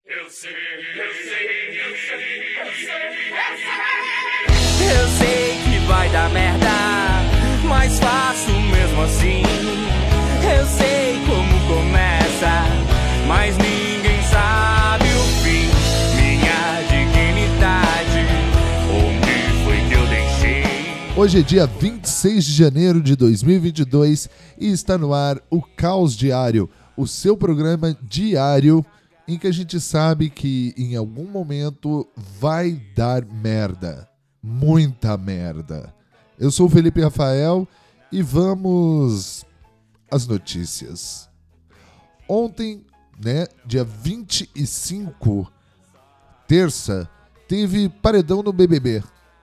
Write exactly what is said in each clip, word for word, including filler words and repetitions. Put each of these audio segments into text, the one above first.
Eu sei, eu sei, eu sei, eu sei, eu sei. Eu sei que vai dar merda, mas faço mesmo assim. Eu sei como começa, mas ninguém sabe o fim. Minha dignidade, onde foi que eu deixei? Hoje é dia vinte e seis de janeiro de dois mil e vinte e dois e está no ar o Caos Diário, o seu programa diário em que a gente sabe que em algum momento vai dar merda. Muita merda. Eu sou o Felipe Rafael e vamos às notícias. Ontem, né, dia vinte e cinco, terça, teve paredão no B B B.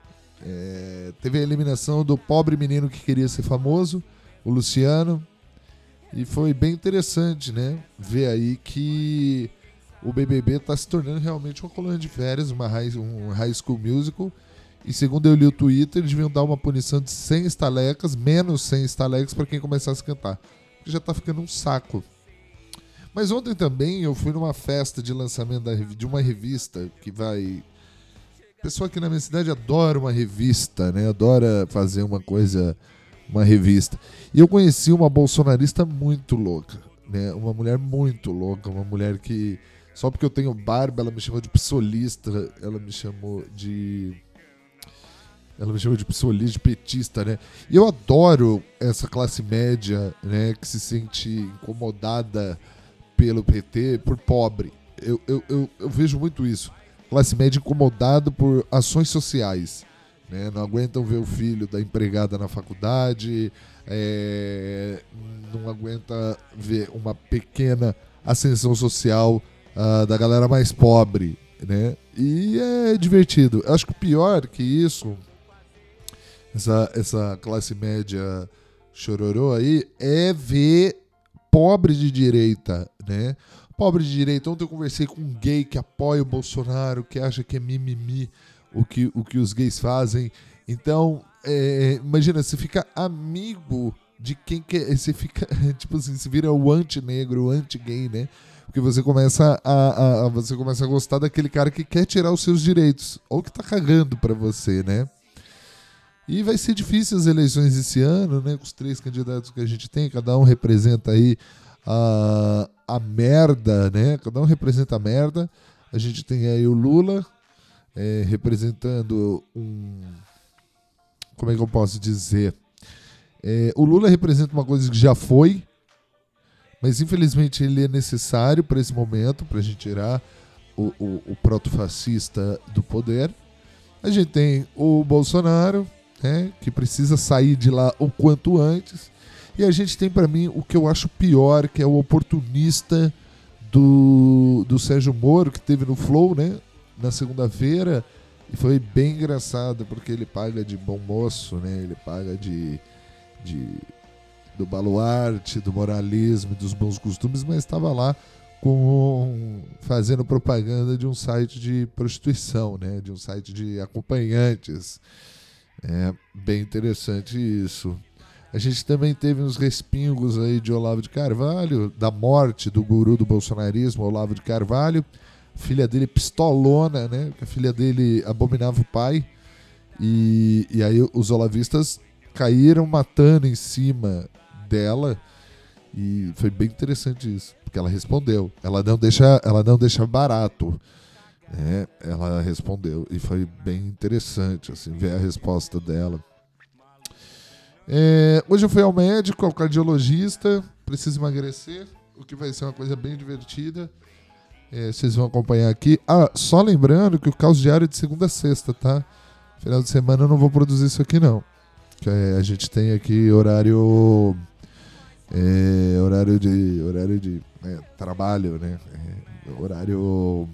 É, teve a eliminação do pobre menino que queria ser famoso, o Luciano. E foi bem interessante, né, ver aí que o B B B está se tornando realmente uma colônia de férias, uma high, um high school musical. E segundo eu li o Twitter, eles deviam dar uma punição de cem estalecas, menos cem estalecas para quem começasse a cantar. Porque já tá ficando um saco. Mas ontem também eu fui numa festa de lançamento da, de uma revista que vai... O pessoal aqui na minha cidade adora uma revista, né? Adora fazer uma coisa, uma revista. E eu conheci uma bolsonarista muito louca, né? Uma mulher muito louca, uma mulher que... Só porque eu tenho barba, ela me chamou de psolista, ela me chamou de... Ela me chamou de psolista, de petista, né? E eu adoro essa classe média, né, que se sente incomodada pelo P T, por pobre. Eu, eu, eu, eu vejo muito isso. Classe média incomodada por ações sociais, né? Não aguentam ver o filho da empregada na faculdade, é, não aguenta ver uma pequena ascensão social Uh, da galera mais pobre, né? E é divertido. Eu acho que o pior que isso, essa, essa classe média chororô aí, é ver pobre de direita, né? Pobre de direita. Ontem eu conversei com um gay que apoia o Bolsonaro, que acha que é mimimi o que, o que os gays fazem. Então, é, imagina, você fica amigo de quem quer. Você fica, tipo assim, você vira o anti-negro, o anti-gay, né? Porque você começa a, a, a, você começa a gostar daquele cara que quer tirar os seus direitos, ou que tá cagando pra você, né? E vai ser difícil as eleições esse ano, né? Com os três candidatos que a gente tem, cada um representa aí a, a merda, né? Cada um representa a merda. A gente tem aí o Lula é, representando um... Como é que eu posso dizer? É, o Lula representa uma coisa que já foi, mas infelizmente ele é necessário para esse momento, para a gente tirar o, o, o proto-fascista do poder. A gente tem o Bolsonaro, né, que precisa sair de lá o quanto antes. E a gente tem, para mim, o que eu acho pior, que é o oportunista do, do Sérgio Moro, que teve no Flow, né, na segunda-feira. E foi bem engraçado, porque ele paga de bom moço, né, ele paga de... de do baluarte, do moralismo e dos bons costumes, mas estava lá com, fazendo propaganda de um site de prostituição, né? De um site de acompanhantes. É bem interessante isso. A gente também teve uns respingos aí de Olavo de Carvalho, da morte do guru do bolsonarismo, Olavo de Carvalho. A filha dele pistolona, né? Porque a filha dele abominava o pai. E, e aí os olavistas caíram matando em cima dela, e foi bem interessante isso, porque ela respondeu, ela não deixa, ela não deixa barato, né? Ela respondeu, e foi bem interessante assim, ver a resposta dela. É, hoje eu fui ao médico, ao cardiologista, preciso emagrecer, o que vai ser uma coisa bem divertida. É, vocês vão acompanhar aqui. Ah, só lembrando que o Caos Diário é de segunda a sexta, tá? Final de semana eu não vou produzir isso aqui não. Que a gente tem aqui horário é, horário de horário de é, trabalho, né? É, horário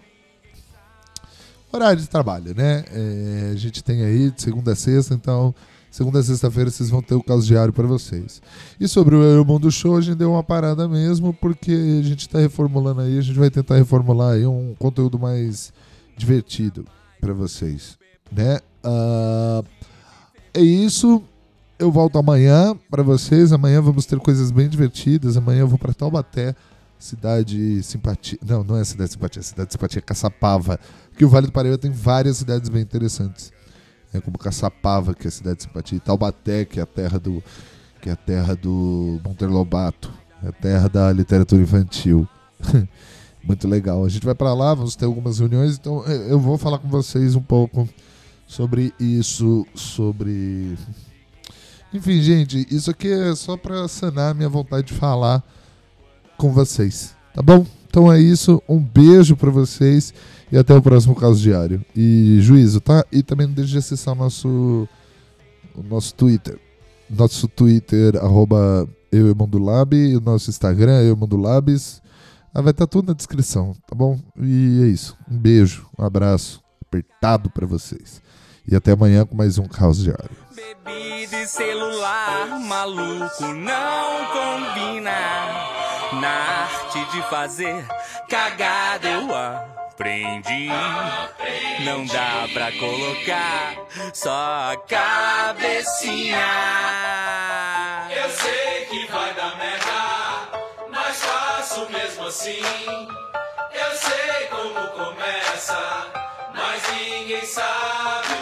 horário de trabalho, né? É, a gente tem aí de segunda a sexta, então segunda a sexta-feira vocês vão ter o Caos Diário para vocês. E sobre o Eu Mundo Show, a gente deu uma parada mesmo, porque a gente está reformulando aí, a gente vai tentar reformular aí um conteúdo mais divertido para vocês, né? Uh, É isso, eu volto amanhã para vocês. Amanhã vamos ter coisas bem divertidas. Amanhã eu vou para Taubaté Cidade Simpatia. Não, não é Cidade Simpatia, Cidade Simpatia é Caçapava. Porque o Vale do Paraíba tem várias cidades bem interessantes. É como Caçapava, que é a Cidade Simpatia, e Taubaté, que é a terra do, que é a terra do Monteiro Lobato, é a terra da literatura infantil. Muito legal. A gente vai para lá, vamos ter algumas reuniões, então eu vou falar com vocês um pouco sobre isso, sobre... Enfim, gente, isso aqui é só para sanar a minha vontade de falar com vocês, tá bom? Então é isso, um beijo para vocês e até o próximo Caos Diário. E juízo, tá? E também não deixe de acessar o nosso, o nosso Twitter. Nosso Twitter, arroba eu e Mundo Lab, e o nosso Instagram, eu e Mundo Labs. Ah, vai estar tudo na descrição, tá bom? E é isso. Um beijo, um abraço apertado para vocês. E até amanhã com mais um Caos Diário. Bebida e celular, maluco, não combina. Na arte de fazer cagada eu aprendi. Não dá pra colocar só a cabecinha. Eu sei que vai dar merda, mas faço mesmo assim. Eu sei como começa, mas ninguém sabe.